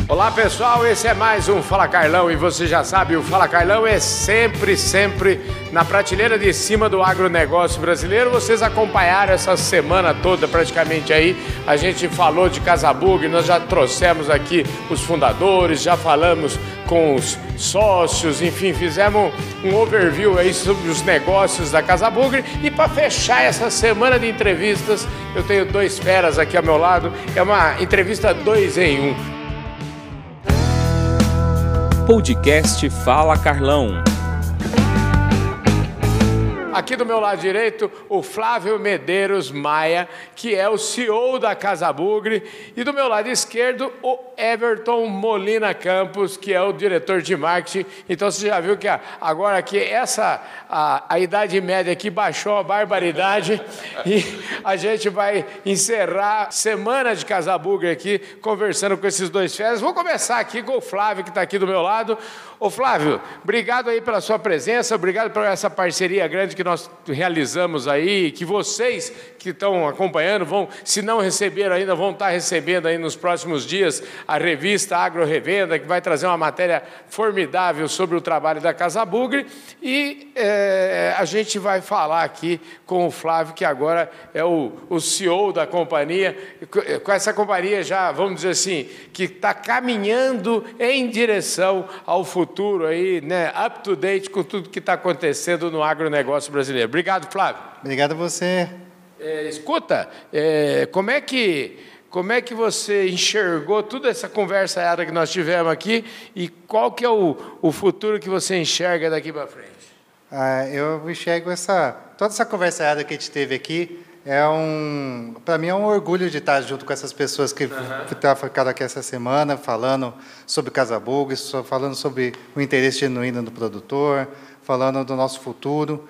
Olá pessoal, esse é mais um Fala Carlão e você já sabe, o Fala Carlão é sempre na prateleira de cima do agronegócio brasileiro. Vocês acompanharam essa semana toda praticamente aí, a gente falou de Casabugre, nós já trouxemos aqui os fundadores, já falamos com os sócios, enfim, fizemos um overview aí sobre os negócios da Casabugre. E para fechar essa semana de entrevistas, eu tenho dois feras aqui ao meu lado, é uma entrevista 2 em 1. Podcast Fala Carlão. Aqui do meu lado direito, o Flávio Medeiros Maia, que é o CEO da Casabugre, e do meu lado esquerdo, o Everton Molina Campos, que é o diretor de marketing. Então você já viu que agora aqui a idade média aqui baixou a barbaridade e a gente vai encerrar a semana de Casabugre aqui, conversando com esses dois feras. Vou começar aqui com o Flávio, que está aqui do meu lado. Ô Flávio, obrigado aí pela sua presença, obrigado por essa parceria grande que nós realizamos aí, que vocês que estão acompanhando vão, se não receberam ainda, vão estar recebendo aí nos próximos dias a revista Agro Revenda, que vai trazer uma matéria formidável sobre o trabalho da Casabugre. E a gente vai falar aqui com o Flávio, que agora é o CEO da companhia, com essa companhia já, vamos dizer assim, que está caminhando em direção ao futuro aí, né, up to date com tudo que está acontecendo no agronegócio brasileiro. Obrigado, Flávio. Obrigado a você. Escuta, como é que você enxergou toda essa conversa que nós tivemos aqui e qual que é o futuro que você enxerga daqui para frente? Eu enxergo toda essa conversa que a gente teve aqui, para mim é um orgulho de estar junto com essas pessoas que ficaram aqui essa semana, falando sobre Casabugre, falando sobre o interesse genuíno do produtor, falando do nosso futuro.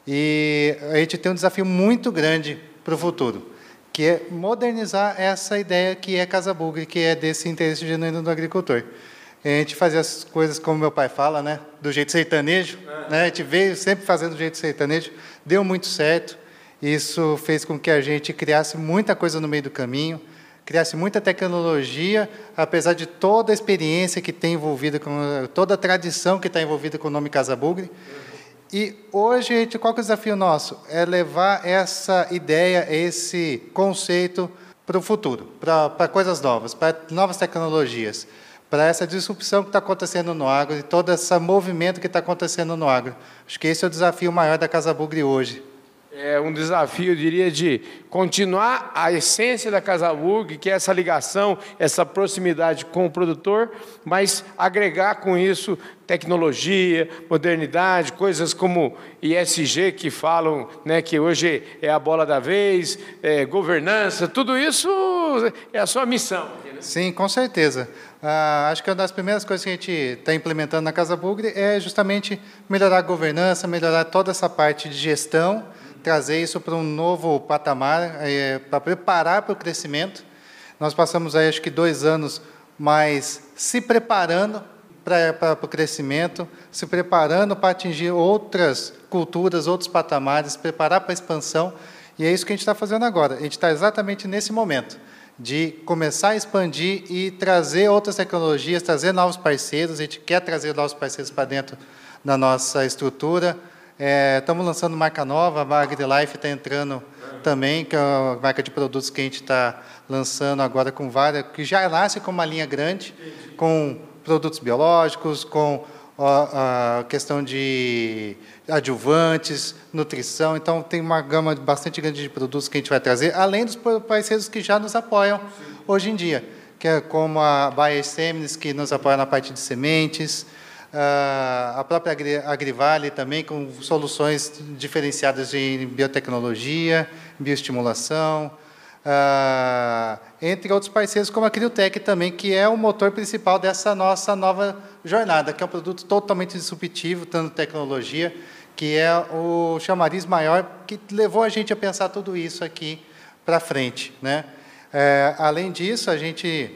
E a gente tem um desafio muito grande para o futuro, que é modernizar essa ideia que é Casabugre, que é desse interesse genuíno do agricultor. A gente fazia as coisas como meu pai fala, né, do jeito sertanejo, né, a gente veio sempre fazendo do jeito sertanejo, deu muito certo. Isso fez com que a gente criasse muita coisa no meio do caminho, criasse muita tecnologia, apesar de toda a experiência que tem envolvida, toda a tradição que está envolvida com o nome Casabugre. E hoje, qual que é o desafio nosso? É levar essa ideia, esse conceito para o futuro, para coisas novas, para novas tecnologias, para essa disrupção que está acontecendo no agro e todo esse movimento que está acontecendo no agro. Acho que esse é o desafio maior da Casabugre hoje. É um desafio, eu diria, de continuar a essência da Casabugre, que é essa ligação, essa proximidade com o produtor, mas agregar com isso tecnologia, modernidade, coisas como ESG, que falam, né, que hoje é a bola da vez, governança, tudo isso é a sua missão. Aqui, né? Sim, com certeza. Acho que uma das primeiras coisas que a gente está implementando na Casabugre é justamente melhorar a governança, melhorar toda essa parte de gestão, trazer isso para um novo patamar, para preparar para o crescimento. Nós passamos aí, acho que 2 anos mais se preparando para o crescimento, se preparando para atingir outras culturas, outros patamares, preparar para a expansão, e é isso que a gente está fazendo agora. A gente está exatamente nesse momento de começar a expandir e trazer outras tecnologias, trazer novos parceiros. A gente quer trazer novos parceiros para dentro da nossa estrutura. Estamos lançando marca nova, a AgriLife está entrando também, que é a marca de produtos que a gente está lançando agora com várias, que já nasce com uma linha grande, com produtos biológicos, com a questão de adjuvantes, nutrição. Então, tem uma gama bastante grande de produtos que a gente vai trazer, além dos parceiros que já nos apoiam hoje em dia, que é como a Bayer Sementes, que nos apoia na parte de sementes, a própria Agrivale também, com soluções diferenciadas em biotecnologia, bioestimulação, entre outros parceiros como a Criotech também, que é o motor principal dessa nossa nova jornada, que é um produto totalmente disruptivo, tanto tecnologia, que é o chamariz maior que levou a gente a pensar tudo isso aqui para frente, né? Além disso, a gente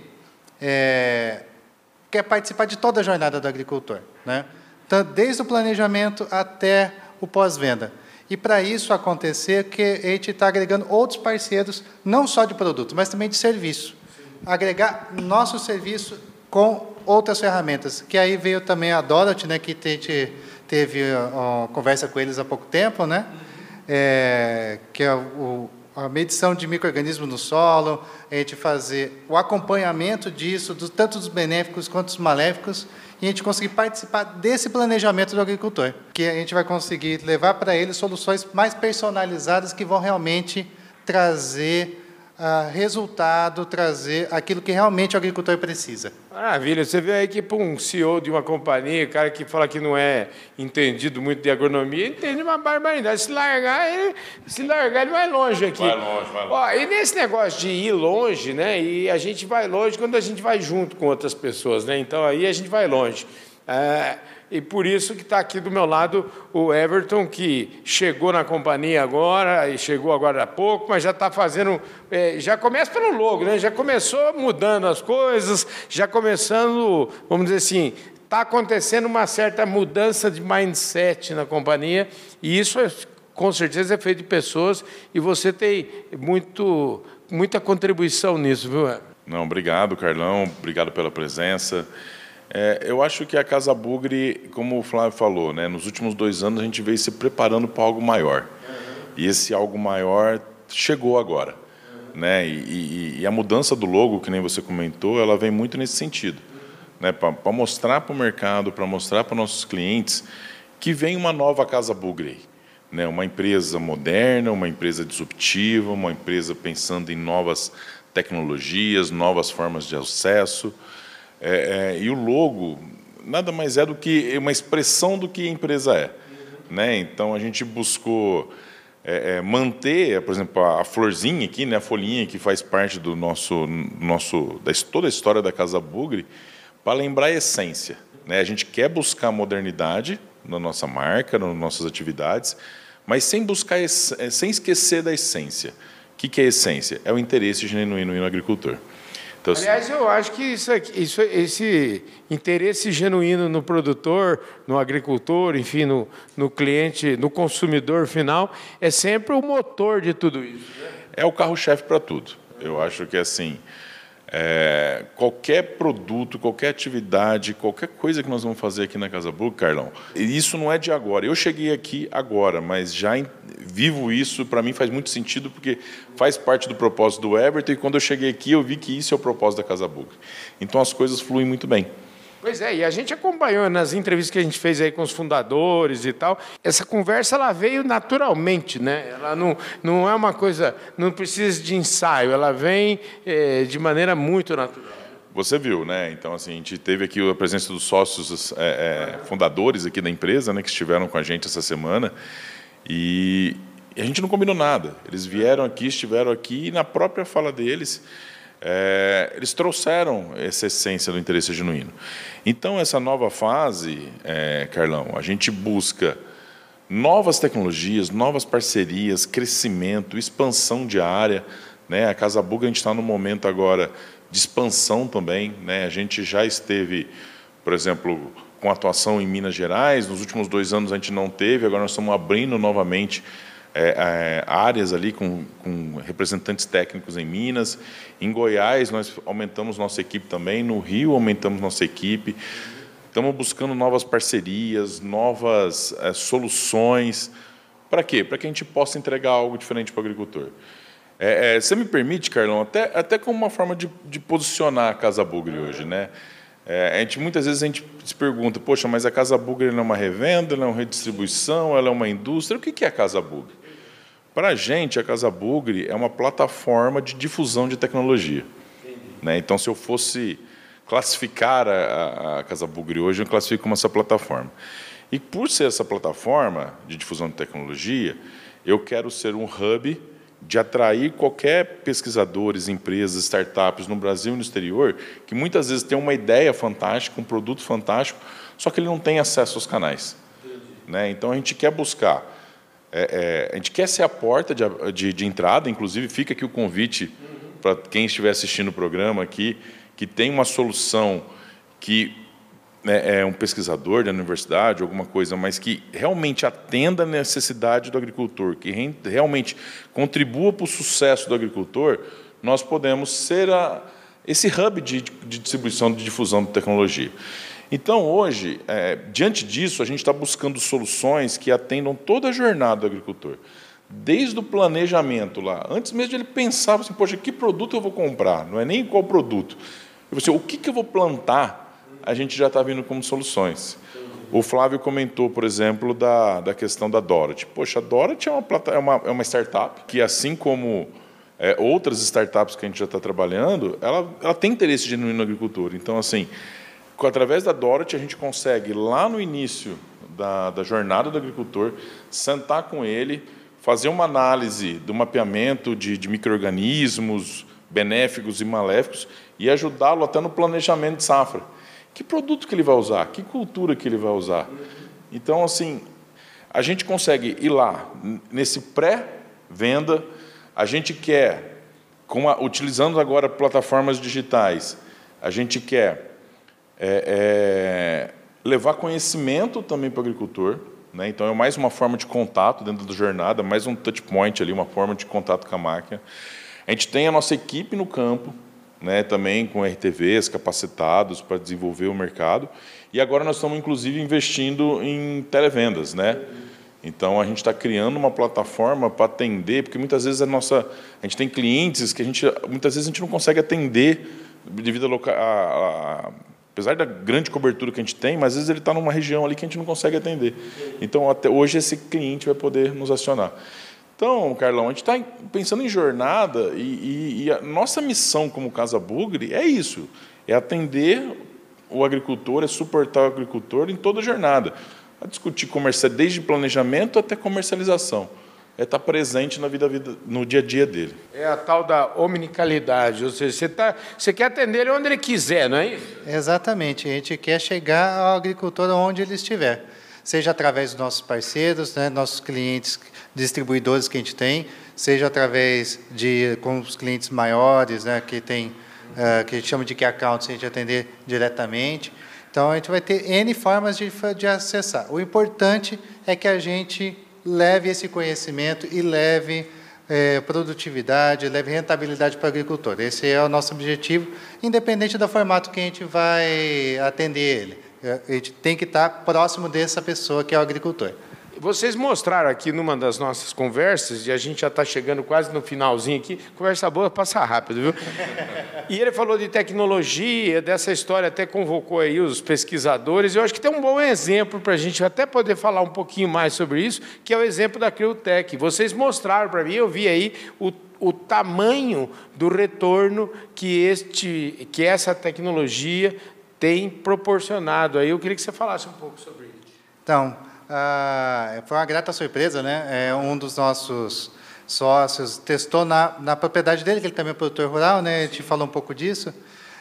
quer participar de toda a jornada do agricultor, né? Então, desde o planejamento até o pós-venda. E, para isso acontecer, que a gente está agregando outros parceiros, não só de produto, mas também de serviço. Agregar nosso serviço com outras ferramentas, que aí veio também a Dorothy, né, que teve conversa com eles há pouco tempo, né, que é a medição de micro-organismos no solo, a gente fazer o acompanhamento disso, tanto dos benéficos quanto dos maléficos, e a gente conseguir participar desse planejamento do agricultor, que a gente vai conseguir levar para ele soluções mais personalizadas que vão realmente trazer resultado, trazer aquilo que realmente o agricultor precisa. Maravilha, você vê aí que para um CEO de uma companhia, cara que fala que não é entendido muito de agronomia, entende uma barbaridade. Se largar, ele vai longe aqui. Vai longe. Ó, e nesse negócio de ir longe, né? E a gente vai longe quando a gente vai junto com outras pessoas, né? Então aí a gente vai longe. E por isso que está aqui do meu lado o Everton, que chegou na companhia agora, e chegou agora há pouco, mas já está fazendo... já começa pelo logo, né? Já começou mudando as coisas, já começando, vamos dizer assim, está acontecendo uma certa mudança de mindset na companhia, e isso, com certeza, é feito de pessoas, e você tem muita contribuição nisso, viu, Everton? Não, obrigado, Carlão, obrigado pela presença. Eu acho que a Casa Bugre, como o Flávio falou, né, nos últimos 2 anos a gente veio se preparando para algo maior. E esse algo maior chegou agora. Né? E a mudança do logo, que nem você comentou, ela vem muito nesse sentido. Né? Para mostrar para o mercado, para mostrar para nossos clientes que vem uma nova Casa Bugre. Né? Uma empresa moderna, uma empresa disruptiva, uma empresa pensando em novas tecnologias, novas formas de acesso. E o logo nada mais é do que uma expressão do que a empresa é. Né? Então, a gente buscou manter, por exemplo, a florzinha aqui, né, a folhinha que faz parte do toda a história da Casa Bugre, para lembrar a essência. Né? A gente quer buscar modernidade na nossa marca, nas nossas atividades, mas sem esquecer da essência. O que é a essência? É o interesse genuíno no agricultor. Então, aliás, eu acho que esse interesse genuíno no produtor, no agricultor, enfim, no cliente, no consumidor final, é sempre o motor de tudo isso. Né? É o carro-chefe para tudo. Eu acho que assim, qualquer produto, qualquer atividade, qualquer coisa que nós vamos fazer aqui na Casa Bugre, Carlão, isso não é de agora. Eu cheguei aqui agora, mas já vivo isso, para mim faz muito sentido, porque faz parte do propósito do Everton, e quando eu cheguei aqui eu vi que isso é o propósito da Casa Bugre. Então as coisas fluem muito bem. Pois é, e a gente acompanhou nas entrevistas que a gente fez aí com os fundadores e tal, essa conversa ela veio naturalmente, né? Ela não é uma coisa, não precisa de ensaio, ela vem de maneira muito natural. Você viu, né? Então, assim, a gente teve aqui a presença dos sócios fundadores aqui da empresa, né, que estiveram com a gente essa semana, e a gente não combinou nada. Eles vieram aqui, estiveram aqui, e na própria fala deles, eles trouxeram essa essência do interesse genuíno. Então, essa nova fase, Carlão, a gente busca novas tecnologias, novas parcerias, crescimento, expansão de área. Né? A Casa Bugre, a gente está no momento agora de expansão também. Né? A gente já esteve, por exemplo, com atuação em Minas Gerais. Nos últimos 2 anos a gente não teve, agora nós estamos abrindo novamente áreas ali com representantes técnicos em Minas. Em Goiás, nós aumentamos nossa equipe também. No Rio, aumentamos nossa equipe. Estamos buscando novas parcerias, novas soluções. Para quê? Para que a gente possa entregar algo diferente para o agricultor. Você me permite, Carlão, até como uma forma de posicionar a Casa Bugre hoje, né? Muitas vezes a gente se pergunta, poxa, mas a Casa Bugre é uma revenda, ela é uma redistribuição, ela é uma indústria? O que é a Casa Bugre? Para a gente, a Casa Bugre é uma plataforma de difusão de tecnologia. Né? Então, se eu fosse classificar a Casa Bugre hoje, eu classifico como essa plataforma. E por ser essa plataforma de difusão de tecnologia, eu quero ser um hub de atrair qualquer pesquisadores, empresas, startups no Brasil e no exterior, que muitas vezes tem uma ideia fantástica, um produto fantástico, só que ele não tem acesso aos canais. Né? Então, a gente quer buscar, a gente quer ser a porta de entrada, inclusive fica aqui o convite para quem estiver assistindo o programa aqui, que tem uma solução que é um pesquisador da universidade, alguma coisa, mas que realmente atenda a necessidade do agricultor, que realmente contribua para o sucesso do agricultor, nós podemos ser esse hub de distribuição, de difusão de tecnologia. Então, hoje, diante disso, a gente está buscando soluções que atendam toda a jornada do agricultor. Desde o planejamento lá, antes mesmo de ele pensar, assim, poxa, que produto eu vou comprar? Não é nem qual produto. O que eu vou plantar, a gente já está vindo como soluções. O Flávio comentou, por exemplo, da questão da Dorothy. Poxa, a Dorothy é uma startup que, assim como outras startups que a gente já está trabalhando, ela tem interesse genuíno na agricultura. Então, assim, através da Dorothy, a gente consegue, lá no início da jornada do agricultor, sentar com ele, fazer uma análise do mapeamento de micro-organismos benéficos e maléficos e ajudá-lo até no planejamento de safra. Que produto que ele vai usar? Que cultura que ele vai usar? Então, assim, a gente consegue ir lá, nesse pré-venda, a gente quer, utilizando agora plataformas digitais, a gente quer levar conhecimento também para o agricultor, né? Então, é mais uma forma de contato dentro da jornada, mais um touch point ali, uma forma de contato com a máquina. A gente tem a nossa equipe no campo, né, também com RTVs capacitados para desenvolver o mercado. E agora nós estamos, inclusive, investindo em televendas, né? Então, a gente está criando uma plataforma para atender, porque muitas vezes a gente tem clientes que muitas vezes a gente não consegue atender devido apesar da grande cobertura que a gente tem, mas às vezes ele está numa região ali que a gente não consegue atender. Então, até hoje, esse cliente vai poder nos acionar. Então, Carlão, a gente está pensando em jornada e a nossa missão como Casa Bugre é isso, é atender o agricultor, é suportar o agricultor em toda a jornada, a discutir desde planejamento até comercialização, é estar presente no dia a dia dele. É a tal da omnicalidade, ou seja, você quer atender ele onde ele quiser, não é isso? Exatamente, a gente quer chegar ao agricultor onde ele estiver, seja através dos nossos parceiros, né, nossos clientes, distribuidores que a gente tem, seja através com os clientes maiores, né, que a gente chama de key accounts, a gente atender diretamente. Então, a gente vai ter N formas de acessar. O importante é que a gente leve esse conhecimento e leve produtividade, leve rentabilidade para o agricultor. Esse é o nosso objetivo, independente do formato que a gente vai atender ele. A gente tem que estar próximo dessa pessoa que é o agricultor. Vocês mostraram aqui numa das nossas conversas, e a gente já está chegando quase no finalzinho aqui, conversa boa passa rápido, viu? E ele falou de tecnologia, dessa história, até convocou aí os pesquisadores. Eu acho que tem um bom exemplo para a gente até poder falar um pouquinho mais sobre isso, que é o exemplo da Criotech. Vocês mostraram para mim, eu vi aí o tamanho do retorno que essa tecnologia tem proporcionado. Aí eu queria que você falasse um pouco sobre isso. Então, foi uma grata surpresa, né? Um dos nossos sócios testou na propriedade dele, que ele também é produtor rural, né? A gente falou um pouco disso,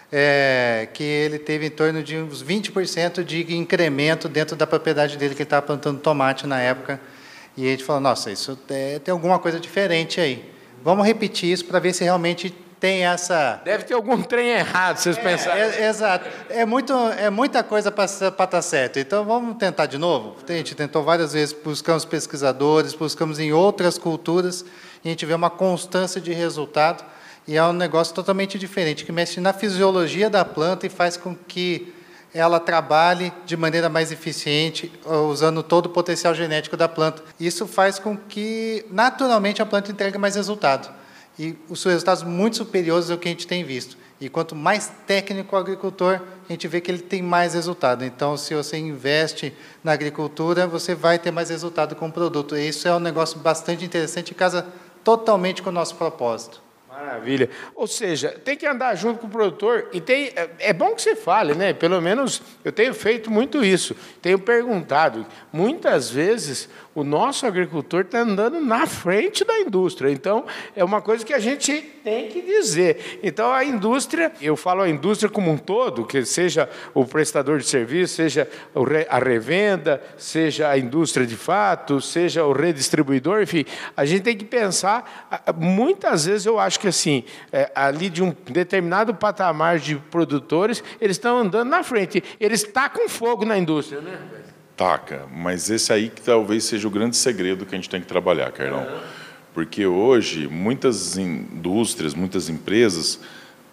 que ele teve em torno de uns 20% de incremento dentro da propriedade dele, que ele estava plantando tomate na época. E a gente falou, nossa, isso tem alguma coisa diferente aí. Vamos repetir isso para ver se realmente tem essa... Deve ter algum trem errado, vocês pensaram. Exato. É muita coisa para estar certo. Então, vamos tentar de novo? A gente tentou várias vezes, buscamos pesquisadores, buscamos em outras culturas, e a gente vê uma constância de resultado, e é um negócio totalmente diferente, que mexe na fisiologia da planta e faz com que ela trabalhe de maneira mais eficiente, usando todo o potencial genético da planta. Isso faz com que, naturalmente, a planta entregue mais resultado. E os resultados muito superiores ao que a gente tem visto. E quanto mais técnico o agricultor, a gente vê que ele tem mais resultado. Então, se você investe na agricultura, você vai ter mais resultado com o produto. E isso é um negócio bastante interessante e casa totalmente com o nosso propósito. Maravilha. Ou seja, tem que andar junto com o produtor. E é bom que você fale, né? Pelo menos eu tenho feito muito isso. Tenho perguntado. Muitas vezes o nosso agricultor está andando na frente da indústria. Então, é uma coisa que a gente tem que dizer. Então, a indústria, eu falo a indústria como um todo, que seja o prestador de serviço, seja a revenda, seja a indústria de fato, seja o redistribuidor, enfim, a gente tem que pensar, muitas vezes eu acho que assim, ali de um determinado patamar de produtores, eles estão andando na frente, eles tacam fogo na indústria, né? Taca, mas esse aí que talvez seja o grande segredo que a gente tem que trabalhar, Carlão. Porque hoje, muitas indústrias, muitas empresas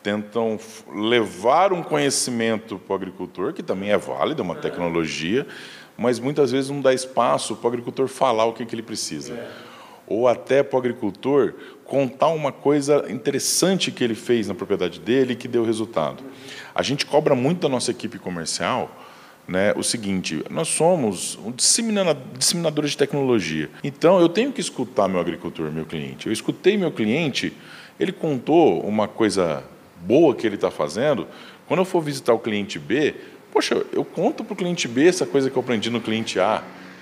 tentam levar um conhecimento para o agricultor, que também é válido, é uma tecnologia, mas muitas vezes não dá espaço para o agricultor falar o que ele precisa. Ou até para o agricultor contar uma coisa interessante que ele fez na propriedade dele e que deu resultado. A gente cobra muito da nossa equipe comercial, né, o seguinte: nós somos disseminadores de tecnologia. Então, eu tenho que escutar meu agricultor, meu cliente. Eu escutei meu cliente, ele contou uma coisa boa que ele está fazendo. Quando eu for visitar o cliente B, poxa, eu conto para o cliente B essa coisa que eu aprendi no cliente A.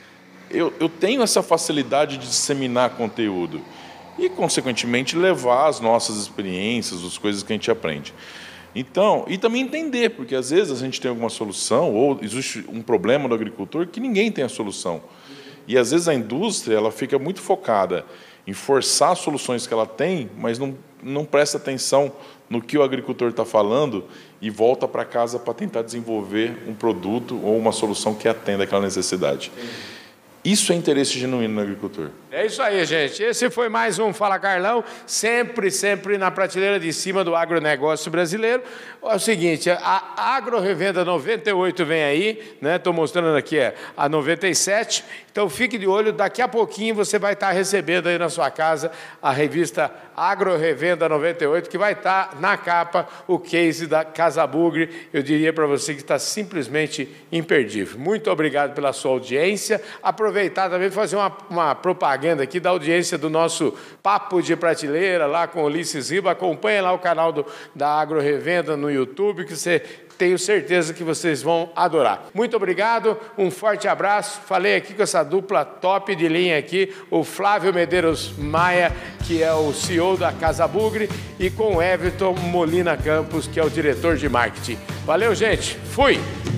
Eu tenho essa facilidade de disseminar conteúdo e, consequentemente, levar as nossas experiências, as coisas que a gente aprende. Então, e também entender, porque às vezes a gente tem alguma solução ou existe um problema do agricultor que ninguém tem a solução. E às vezes a indústria ela fica muito focada em forçar as soluções que ela tem, mas não presta atenção no que o agricultor está falando e volta para casa para tentar desenvolver um produto ou uma solução que atenda aquela necessidade. Isso é interesse genuíno no agricultor. É isso aí, gente. Esse foi mais um Fala Carlão, sempre na prateleira de cima do agronegócio brasileiro. É o seguinte, a Agro Revenda 98 vem aí, né? Estou mostrando aqui a 97. Então fique de olho, daqui a pouquinho você vai estar recebendo aí na sua casa a revista Agro Revenda 98, que vai estar na capa o case da Casabugre. Eu diria para você que está simplesmente imperdível. Muito obrigado pela sua audiência. Aproveitar também para fazer uma propaganda aqui da audiência do nosso Papo de Prateleira, lá com Ulisses Riba. Acompanhe lá o canal da Agro Revenda no YouTube, que você... tenho certeza que vocês vão adorar. Muito obrigado, um forte abraço. Falei aqui com essa dupla top de linha aqui, o Flávio Medeiros Maia, que é o CEO da Casabugre, e com o Everton Molina Campos, que é o diretor de marketing. Valeu, gente. Fui!